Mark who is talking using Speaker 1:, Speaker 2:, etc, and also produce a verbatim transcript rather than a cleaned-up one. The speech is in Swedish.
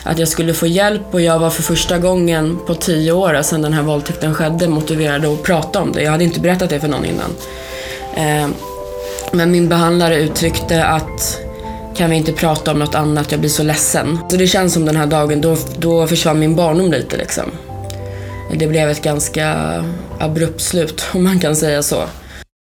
Speaker 1: att jag skulle få hjälp, och jag var för första gången på tio år sedan den här våldtäkten skedde motiverad att prata om det. Jag hade inte berättat det för någon innan. Eh, men min behandlare uttryckte att kan vi inte prata om något annat, jag blir så ledsen. Så det känns som den här dagen, då, då försvann min barndom lite liksom. Det blev ett ganska abrupt slut, om man kan säga så.